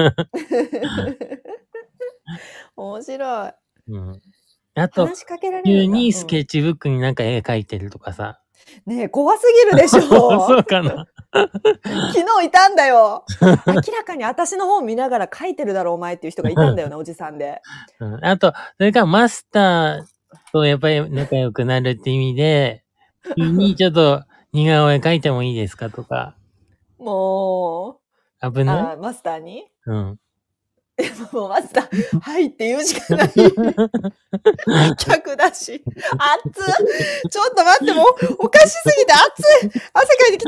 面白い。うん。あと、話しかけられるんだ。 急にスケッチブックになんか絵描いてるとかさ。 ねえ、怖すぎるでしょ。 そうかな。 昨日いたんだよ。明らかに私の本見ながら書いてるだろお前っていう人がいたんだよね、おじさんで。 うん、あと、それからマスターとやっぱり仲良くなるって意味で、急にちょっと似顔絵描いてもいいですかとか。 もう、危ない？ あ、マスターに？ うん。 もうマスター、はいって言うしかない。客だし。熱っちょっと待って、もう、おかしすぎて熱い汗かいてき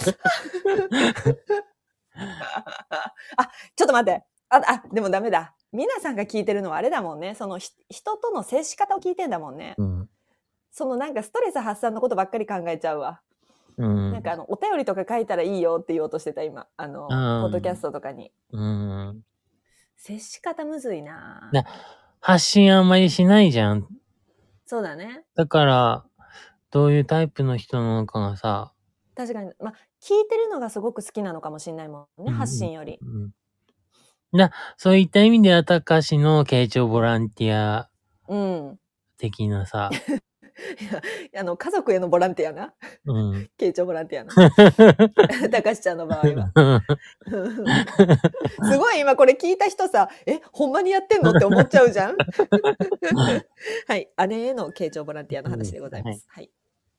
たあ、ちょっと待って。あ、あ、でもダメだ。皆さんが聞いてるのはあれだもんね。その人との接し方を聞いてんだもんね。うん、そのなんかストレス発散のことばっかり考えちゃうわ。うん、なんかあの、お便りとか書いたらいいよって言おうとしてた、今。あの、ポッドキャストとかに。うん。接し方むずいな。 な発信あんまりしないじゃん。 そうだね。 だから、どういうタイプの人なのかがさ。 確かに。まあ、聞いてるのがすごく好きなのかもしれないもんね、うん、発信より。うん。 だそういった意味では、たかしの傾聴ボランティア的なさ。 いや、あの、家族へのボランティアな。うん。傾聴ボランティアな。たかしちゃんの場合は。すごい今これ聞いた人さ、え、ほんまにやってんのって思っちゃうじゃんはい。姉への傾聴ボランティアの話でございます。はい。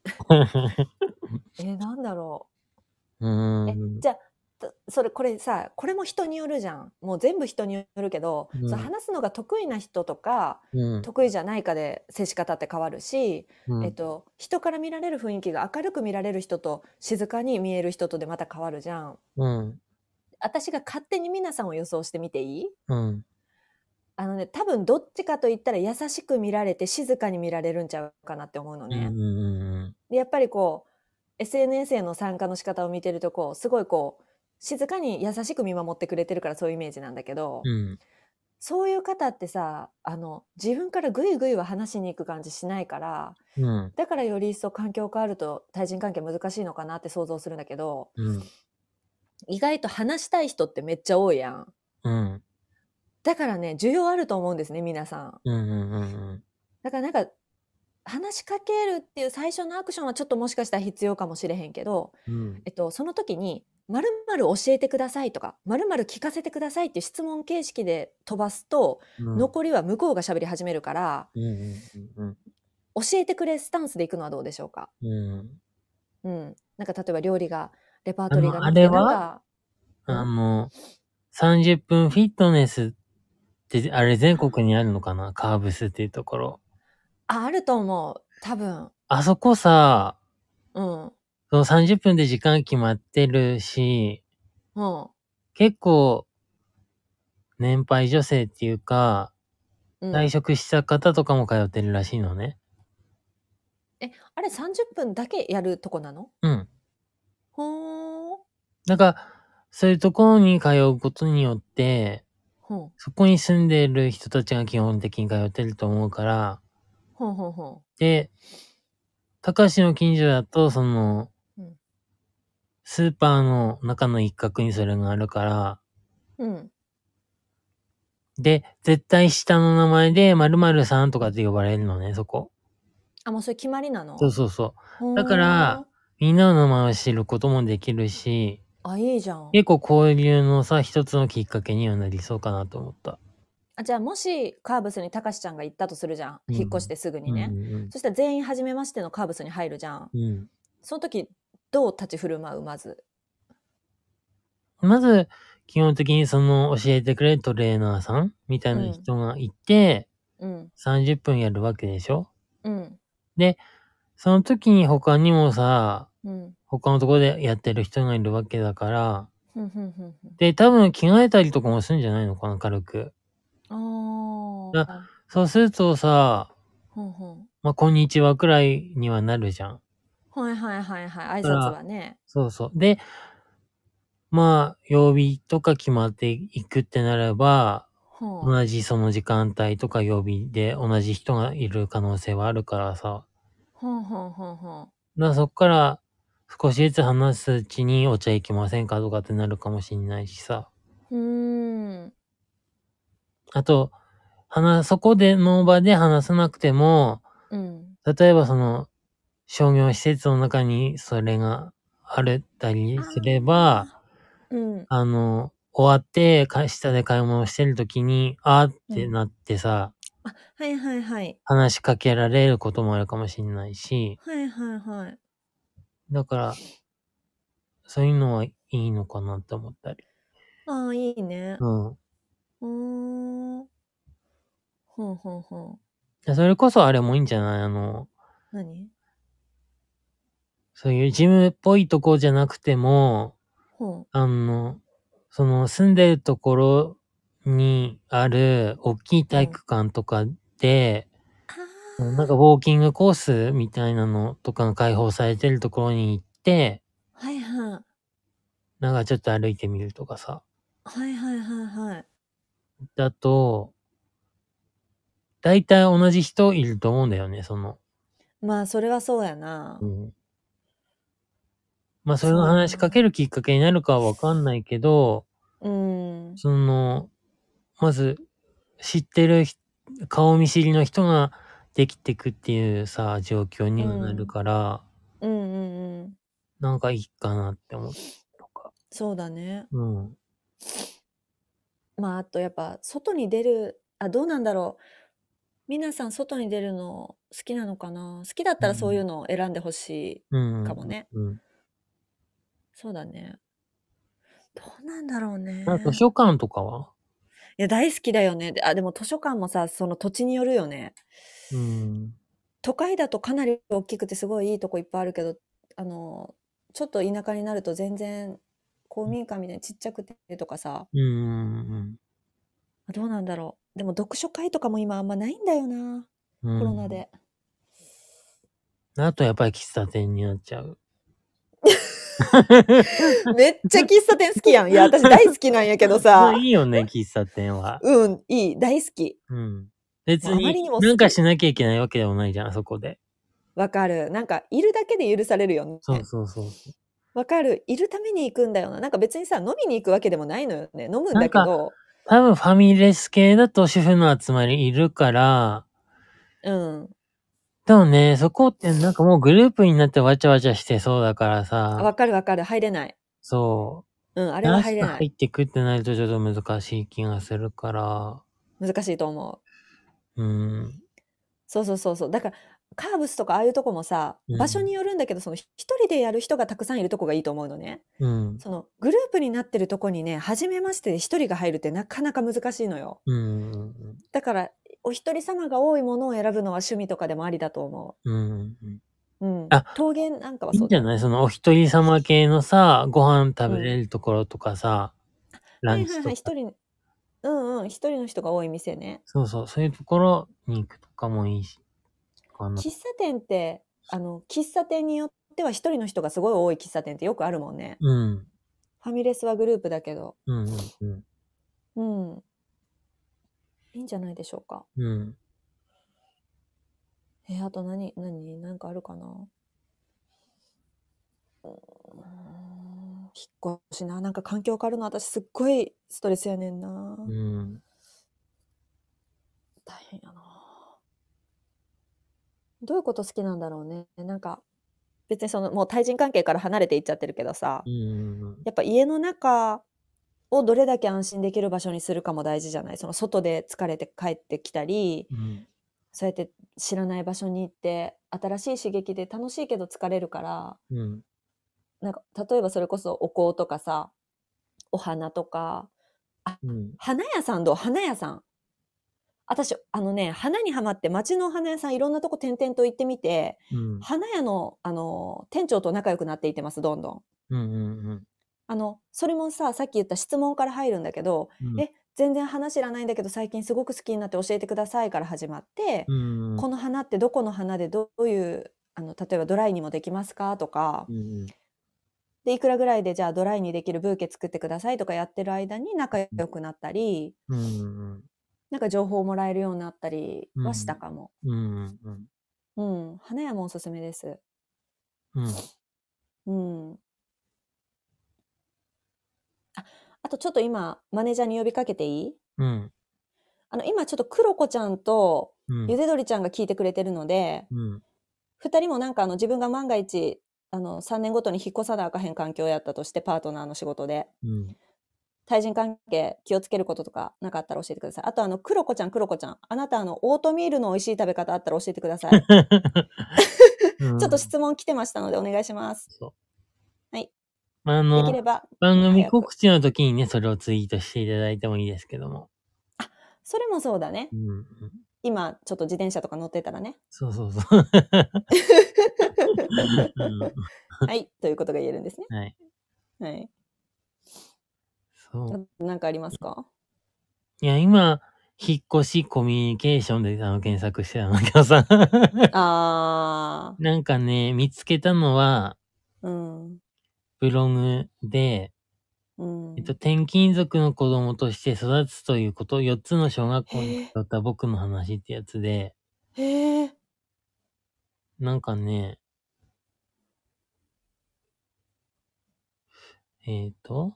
え、なんだろう。うんえ、じゃあ、それ、これさ、これも人によるじゃん。もう全部人によるけど、うん、その話すのが得意な人とか、うん、得意じゃないかで接し方って変わるし、うん、えっと、人から見られる雰囲気が明るく見られる人と静かに見える人とでまた変わるじゃん。うん、私が勝手に皆さんを予想してみていい？うん、あのね、多分どっちかと言ったら優しく見られて静かに見られるんちゃうかなって思うのね。うんうんうん、でやっぱりこう、エスエヌエス への参加の仕方を見てるとこう、すごいこう、静かに優しく見守ってくれてるからそういうイメージなんだけど、うん、そういう方ってさ、あの自分からグイグイは話しに行く感じしないから、うん、だからより一層環境変わると対人関係難しいのかなって想像するんだけど、うん、意外と話したい人ってめっちゃ多いやん、うん、だからね需要あると思うんですね皆さん、うんうんうんうん、だからなんか話しかけるっていう最初のアクションはちょっともしかしたら必要かもしれへんけど、うん、えっと、その時に 〇〇教えてくださいとか、〇〇聞かせてくださいっていう質問形式で飛ばすと、うん、残りは向こうが喋り始めるから、うんうんうん、教えてくれスタンスでいくのはどうでしょうか。うん。うん。なんか例えば料理が、レパートリーがなくて、なんか、 あの、さんじゅっぷんフィットネスって、あれ全国にあるのかな、カーブスっていうところ。 あ、あると思う。多分。 あそこさ、うん。そのさんじゅっぷんで時間決まってるし、うん。結構、年配女性っていうか、うん、退職した方とかも通ってるらしいのね。 え、あれさんじゅっぷんだけやるとこなの？うん。 ほー。だから、そういうところに通うことによって、うん、そこに住んでる人たちが基本的に通ってると思うから、ほうほうほう。で、高橋の近所だと、その、うん、スーパーの中の一角にそれがあるから、うん。で、絶対下の名前で〇〇さんとかって呼ばれるのね、そこ。 あ、もうそれ決まりなの？ そうそうそう。だから、みんなの名前を知ることもできるし、 あ、いいじゃん。 結構交流のさ、一つのきっかけにはなりそうかなと思った。 あ、じゃあもしカーブスにたかしちゃんが行ったとするじゃん。うん、引っ越してすぐにね、うんうん。そしたら全員初めましてのカーブスに入るじゃん。うん、その時、どう立ち振る舞うまず。 まず、基本的にその教えてくれるトレーナーさんみたいな人がいて、うん、さんじゅっぷんやるわけでしょ。うん。で、その時に他にもさ、うん、他のところでやってる人がいるわけだから、で、多分着替えたりとかもするんじゃないのかな、軽く。ああ。そうするとさ、ほんほん、まあ、こんにちはくらいにはなるじゃん。 はいはいはいはい。挨拶はね。 そうそう。で、まあ、曜日とか決まっていくってなれば、同じその時間帯とか曜日で同じ人がいる可能性はあるからさ。ほんほんほんほん。だからそっから少しずつ話すうちにお茶行きませんかとかってなるかもしんないしさ。うーん。あと、話、そこでの場で話さなくても、うん、例えばその、商業施設の中にそれがあるたりすれば、うん、あの、終わって、下で買い物してるときに、あーってなってさ、 うん、あ、はいはいはい。 話しかけられることもあるかもしれないし、 はいはいはい。 だから、そういうのはいいのかなって思ったり。 ああ、いいね。うん。うーん。ほんほんほん。 それこそあれもいいんじゃない？あの、 何？ そういうジムっぽいとこじゃなくても、ほう。あの、その住んでるところにある大きい体育館とかで、うん、なんかウォーキングコースみたいなのとかが開放されてるところに行って、はいはい。なんかちょっと歩いてみるとかさ。はいはいはいはい。だと、だいたい同じ人いると思うんだよね、その。 まあ、それはそうやな。うん。 まあ、それが話しかけるきっかけになるかはわかんないけど、うん。その、まず、知ってる顔見知りの人ができてくっていうさ、状況にはなるから、うん、うんうんうん。なんかいいかなって思うとか。 そうだね。うん。まあ、あとやっぱ、外に出る、あ、どうなんだろう。皆さん外に出るの好きなのかな？好きだったらそういうのを選んでほしいかもね。うん、うんうん。そうだね。どうなんだろうね。 図書館とかは？ いや、大好きだよね。あ、でも図書館もさ、その土地によるよね。うん。都会だとかなり大きくてすごいいいとこいっぱいあるけど、あの、ちょっと田舎になると全然公民館みたいにちっちゃくてとかさ。うん。どうなんだろう。でも読書会とかも今あんまないんだよな。コロナで。 あとやっぱり喫茶店になっちゃう。 めっちゃ喫茶店好きやん。いや、私大好きなんやけどさ。 いいよね、喫茶店は。 うん、いい。大好き。 うん。別に、なんかしなきゃいけないわけでもないじゃん、そこで。 わかる。なんか、いるだけで許されるよね。 そうそうそう。 わかる。いるために行くんだよな。なんか別にさ、飲みに行くわけでもないのよね。飲むんだけど。 多分ファミレス系だと主婦の集まりいるから、うん。でもね、そこってなんかもうグループになってわちゃわちゃしてそうだからさ。 わかるわかる。入れない。 そう。うん、あれは入れない。入ってくってなるとちょっと難しい気がするから。 難しいと思う。うん。 そうそうそうそう。だから、カーブスとかああいうとこもさ、場所によるんだけど、その一人でやる人がたくさんいるとこがいいと思うのね。 うん。 そのグループになってるとこにね、初めましてで一人が入るってなかなか難しいのよ。 うん。 だから、お一人様が多いものを選ぶのは趣味とかでもありだと思う。うん。 う。うん。あ、陶芸なんかはそうだよね。いいんじゃないそのお一人様系のさ、ご飯食べれるところとかさ、 うん、ランチとか。はいはいはい、一人、うんうん、一人の人が多い店ね。 そうそう、そういうところに行くとかもいいし。 喫茶店って、あの、喫茶店によっては一人の人がすごい多い喫茶店ってよくあるもんね。 うん。 ファミレスはグループだけど。 うんうんうん。うん。いいんじゃないでしょうか。 うん。 えー、あと何、何、なんかあるかな。うーん、引っ越しな。なんか環境変わるの私すっごいストレスやねんな。 うん。 大変やな。どういうこと好きなんだろうね。なんか、別にその、もう対人関係から離れていっちゃってるけどさ、 うん。 やっぱ家の中をどれだけ安心できる場所にするかも大事じゃない。その外で疲れて帰ってきたり、 うん。 そうやって知らない場所に行って、新しい刺激で楽しいけど疲れるから、 うん。 なんか、例えばそれこそお香とかさ、お花とか、あ、 うん。 花屋さんどう花屋さん。私、あのね、花にハマって街のお花屋さんいろんなとこ転々と行ってみて、 うん。 花屋の、あの、店長と仲良くなっていってます、どんどん。 うんうんうん。 あの、それもさ、さっき言った質問から入るんだけど、 うん。 え、全然花知らないんだけど最近すごく好きになって教えてくださいから始まって、 うん。 この花ってどこの花でどういう、あの、例えばドライにもできますかとか、 うん。 で、いくらぐらいでじゃあドライにできるブーケ作ってくださいとかやってる間に仲良くなったり、 うん。 なんか情報をもらえるようになったりうん。 はしたかも。 うん。うん。 うん、花屋もおすすめです。 うん。 うん。あ、あとちょっと今、マネージャーに呼びかけていい？ うん。 あの、今ちょっとクロコちゃんとゆでどりちゃんが聞いてくれてるので、 うん。 二人もなんかあの自分が万が一、あの、さんねんごとに引っ越さなあかへん環境やったとして、パートナーの仕事で。 うん。 対人関係気をつけることとかなかったら教えてください。あとあの、クロコちゃん、クロコちゃん。あなたあの、オートミールの美味しい食べ方あったら教えてください。 うん、 ちょっと質問来てましたのでお願いします。 そう。 はい。 あの、 できれば、 番組告知の時にね、それをツイートしていただいてもいいですけども。 あ、それもそうだね。 うんうん、 今、ちょっと自転車とか乗ってたらね。 そうそうそう。 はい、ということが言えるんですね。 はい。 はい。 そう。 なんかありますか？ いや、今、引っ越しコミュニケーションであの検索してたんだけどさ。 あー。 なんかね、見つけたのは、 うん。 ブログで、 うん、 えっと、転勤族の子供として育つということ、よっつの小学校に通った僕の話ってやつで、 へえ。 なんかね、えっ、ー、と、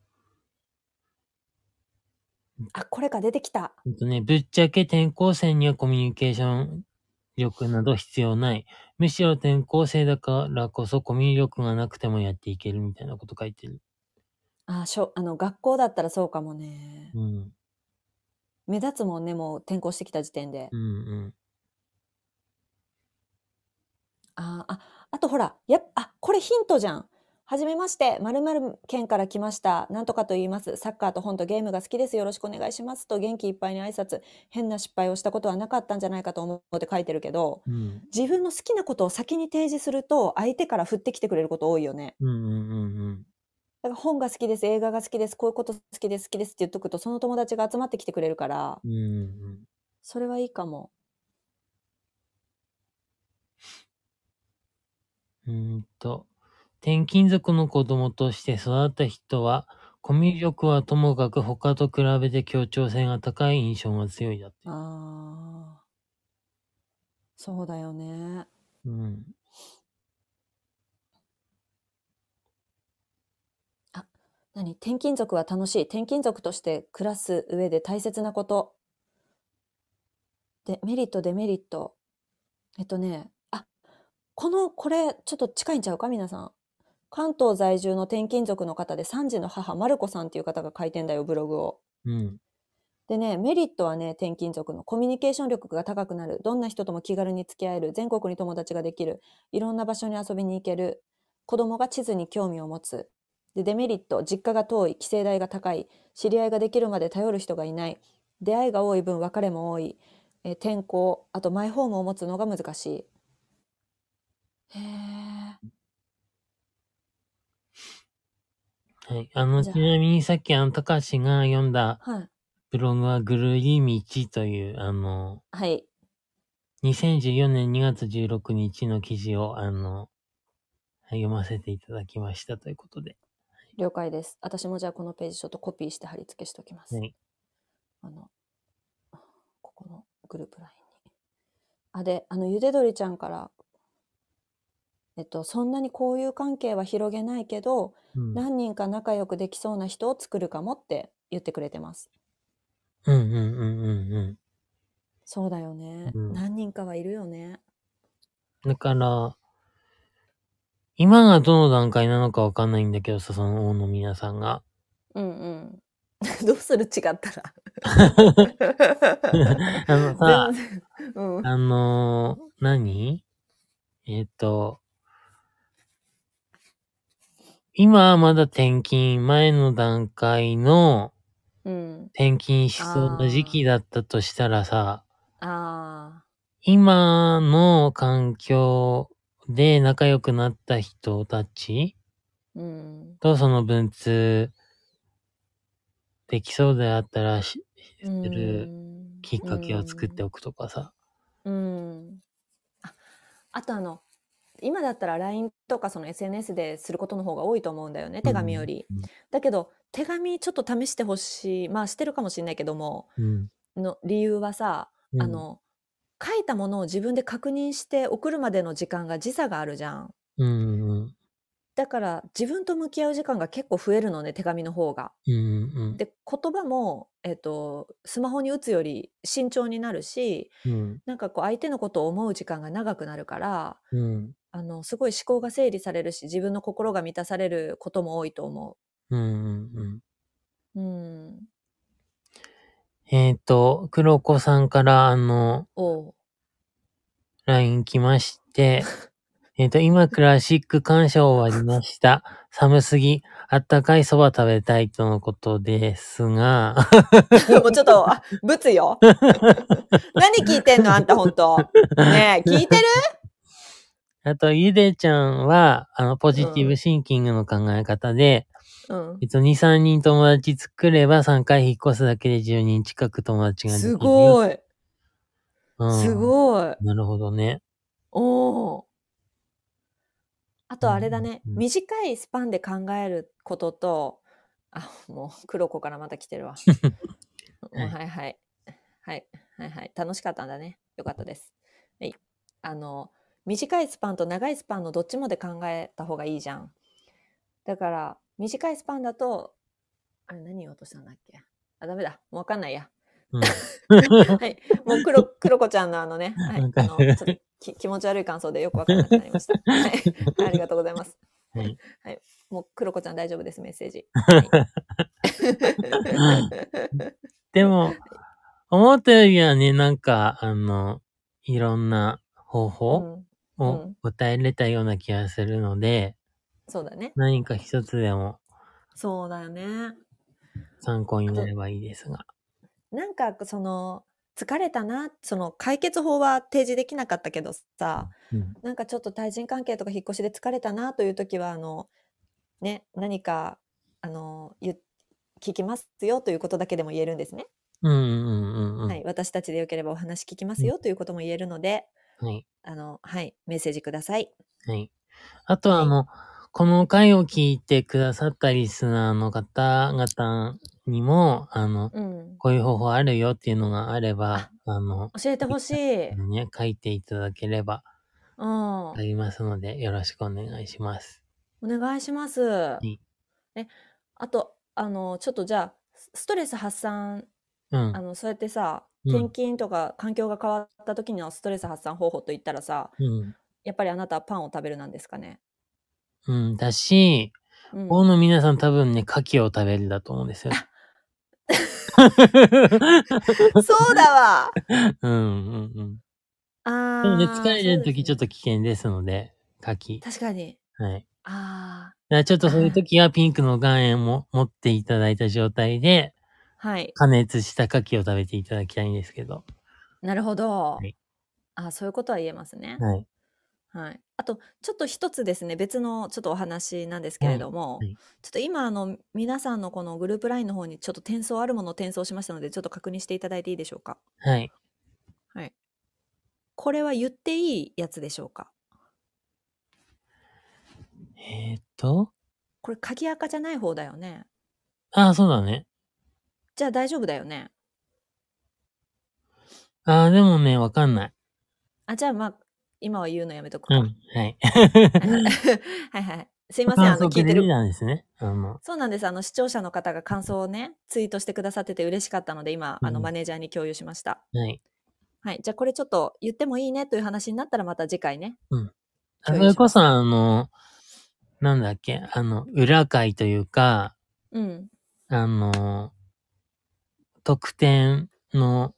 あ、これか、出てきた。 えっとね、ぶっちゃけ転校生にはコミュニケーション力など必要ない。むしろ転校生だからこそコミュ力がなくてもやっていけるみたいなこと書いてる。 あ、しょあの、学校だったらそうかもね。 うん。 目立つもんね、もう転校してきた時点で。 うんうん。 ああ、あとほら、やっあ、これヒントじゃん。はじめまして、〇〇県から来ました。なんとかと言います。サッカーと本とゲームが好きです。よろしくお願いします。と元気いっぱいに挨拶。変な失敗をしたことはなかったんじゃないかと思って書いてるけど、 うん。 自分の好きなことを先に提示すると、相手から降ってきてくれること多いよね。 うんうんうんうん。 だから本が好きです、映画が好きです、こういうこと好きです、好きですって言っとくと、その友達が集まってきてくれるから、 うんうん。 それはいいかも。 うーんと、転勤族の子供として育った人は、コミュ力はともかく他と比べて協調性が高い印象が強いだって。 ああ、そうだよね。 うん。 あ、何？転勤族は楽しい。転勤族として暮らす上で大切なこと。で、メリット、デメリット。えっとね、あ、この、これ、ちょっと近いんちゃうか皆さん。 関東在住の転勤族の方でさんじの母、まるこさんっていう方が書いてんだよ、ブログを。 うん。 でね、メリットはね、転勤族のコミュニケーション力が高くなる。どんな人とも気軽に付き合える。全国に友達ができる。いろんな場所に遊びに行ける。子供が地図に興味を持つ。で、デメリット、実家が遠い。帰省代が高い。知り合いができるまで頼る人がいない。出会いが多い分別れも多い。え転校、あとマイホームを持つのが難しい。へえ。 はい。あの、ちなみにさっきあの、高橋が読んだブログはぐるり道という、あの、 はい。 にせんじゅうよねんにがつじゅうろくにちの記事を、あの、読ませていただきましたということで。 了解です。私もじゃあこのページちょっとコピーして貼り付けしておきます。はい。あの、ここのグループラインに。あ、で、あの、ゆでどりちゃんから、えっと、そんなに交友関係は広げないけど、うん、何人か仲良くできそうな人を作るかもって言ってくれてます。 うんうんうんうんうん。 そうだよね。うん、何人かはいるよね。 だから、今がどの段階なのかわかんないんだけどさ、その王の皆さんが。 うんうん。どうする違ったら。 あのさ、うん、あのー、何えっと、今はまだ転勤前の段階の転勤しそうな時期だったとしたらさ、うん、あ今の環境で仲良くなった人たち、うん、とその文通できそうであったらし、するきっかけを作っておくとかさ。 うん。うん、あ、あとあの、今だったら ライン とかその エスエヌエス ですることの方が多いと思うんだよね、手紙より。うん、だけど、手紙ちょっと試してほしい。まあしてるかもしれないけども、うん、の理由はさ、うん、あの、書いたものを自分で確認して送るまでの時間が時差があるじゃん。うん、だから自分と向き合う時間が結構増えるのね、手紙の方が。うんうん、で、言葉も、えっと、スマホに打つより慎重になるし、うん、なんかこう相手のことを思う時間が長くなるから、うん、あのすごい思考が整理されるし、自分の心が満たされることも多いと思う。うんうんうん。うん。 えっと、黒子さんからあの、ライン 来まして、えっと、今クラシック鑑賞終わりました。寒すぎ、あったかいそば食べたいとのことですが。 もうちょっと、あ、ぶつよ。何聞いてんのあんたほんと。ねえ、聞いてる？ あと、ゆでちゃんは、あの、ポジティブシンキングの考え方で、うん、えっと、に、さんにん友達作ればさんかい引っ越すだけでじゅうにん近く友達ができる。 すごい。うん、すごい。 なるほどね。 おー。あとあれだね、うんうん、短いスパンで考えることと、あ、もう黒子からまた来てるわ。はい、はいはいはいはいはい、楽しかったんだね。よかったです。はい、あの短いスパンと長いスパンのどっちもで考えた方がいいじゃん。だから短いスパンだと、あれ何言おうとしたんだっけ？あ、ダメだ、もうわかんないや。うん、はい、もう黒黒子ちゃんのあのね、はい、あのちょっとき気持ち悪い感想でよくわからなくなりました。はい、ありがとうございます。はい、はい、もう黒子ちゃん大丈夫です、メッセージ。はい、 でも、思ったよりはね、なんか、あの、いろんな方法を答えれたような気がするので、 うん、そうだね。 何か一つでも、 そうだよね。 参考になればいいですが。 なんか、その、疲れたな、その解決法は提示できなかったけどさ、うん、なんかちょっと対人関係とか引っ越しで疲れたなという時は、あの、ね、何か、あの、聞きますよということだけでも言えるんですね。 うんうんうん、 はい、私たちでよければお話聞きますよということも言えるので、 はい、 あの、はい、メッセージください。 はい。あとは、あの、はい、この回を聞いてくださったリスナーの方々にも、あの、うん、こういう方法あるよっていうのがあれば、あの、 教えてほしい。 ね、書いていただければ、うん、ありますので、よろしくお願いします。 お願いします。はい、え、あと、あの、ちょっとじゃあ、ストレス発散、うん、あの、そうやってさ、転勤とか環境が変わった時のストレス発散方法といったらさ、うん、やっぱりあなたはパンを食べるなんですかね？ うん、だし、うん、この皆さん多分ね、牡蠣を食べるだと思うんですよ。 そうだわ。 うんうんうん。 ああ。 でもね、疲れてる時ちょっと危険ですので、牡蠣。 確かに。 はい。 ああ。 だからちょっとそういう時はピンクの岩塩も持っていただいた状態で、 はい。 加熱した牡蠣を食べていただきたいんですけど。 なるほど。 はい。 あ、そういうことは言えますね。 はい。 はい。あと、ちょっと一つですね、別のちょっとお話なんですけれども、はいはい、ちょっと今、あの、皆さんのこのグループラインの方にちょっと転送あるものを転送しましたので、ちょっと確認していただいていいでしょうか。 はい。 はい。これは言っていいやつでしょうか。 えー、っと。 これ、鍵垢じゃない方だよね。 ああ、そうだね。 じゃあ大丈夫だよね。 ああ、でもね、わかんない。 あ、じゃあまあ、今は言うのやめとくか。 うん、はい。 はいはい。すいません、あの、聞いてる。 なんですね。あの。 そうなんです。あの、視聴者の方が感想をね、ツイートしてくださってて嬉しかったので、今、あの、マネージャーに共有しました。 はい。 はい。じゃあ、これちょっと言ってもいいねという話になったら、また次回ね。 うん。それこそ、あの、なんだっけ、あの、裏会というか、うん。あの、特典の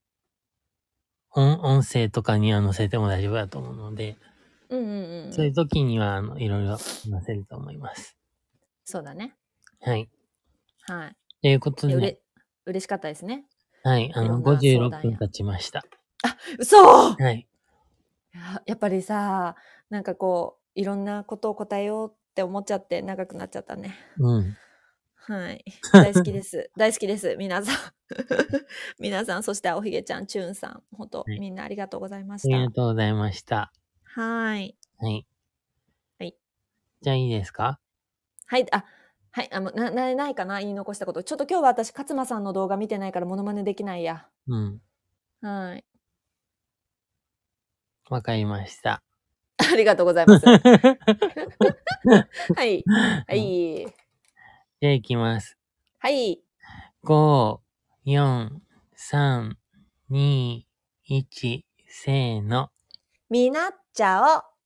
音音声とかには載せても大丈夫だと思うので、うんうんうん。そういう時には、あの、いろいろ載せると思います。 そうだね。 はい。 はい。 ということで。うれ、 嬉しかったですね。 はい。あの、ごじゅうろっぷん経ちました。 あ、嘘はい。 や、やっぱりさ、なんかこう、いろんなことを答えようって思っちゃって長くなっちゃったね。うん。はい。大好きです。大好きです。皆さん。皆さん、そして青ひげちゃん、チューンさん、本当、はい、みんなありがとうございました。 ありがとうございました。 はい。 はい。 はい。 じゃあいいですか？ はい、あ、はい、あの、な、な、ないかな言い残したこと。ちょっと今日は私、勝間さんの動画見てないからモノマネできないや。うん。はい。 わかりました。 ありがとうございます。はい。はい。 じゃあ行きます。 はい。 ご、よん、さん、に、いち、せーの。 みなっちゃお。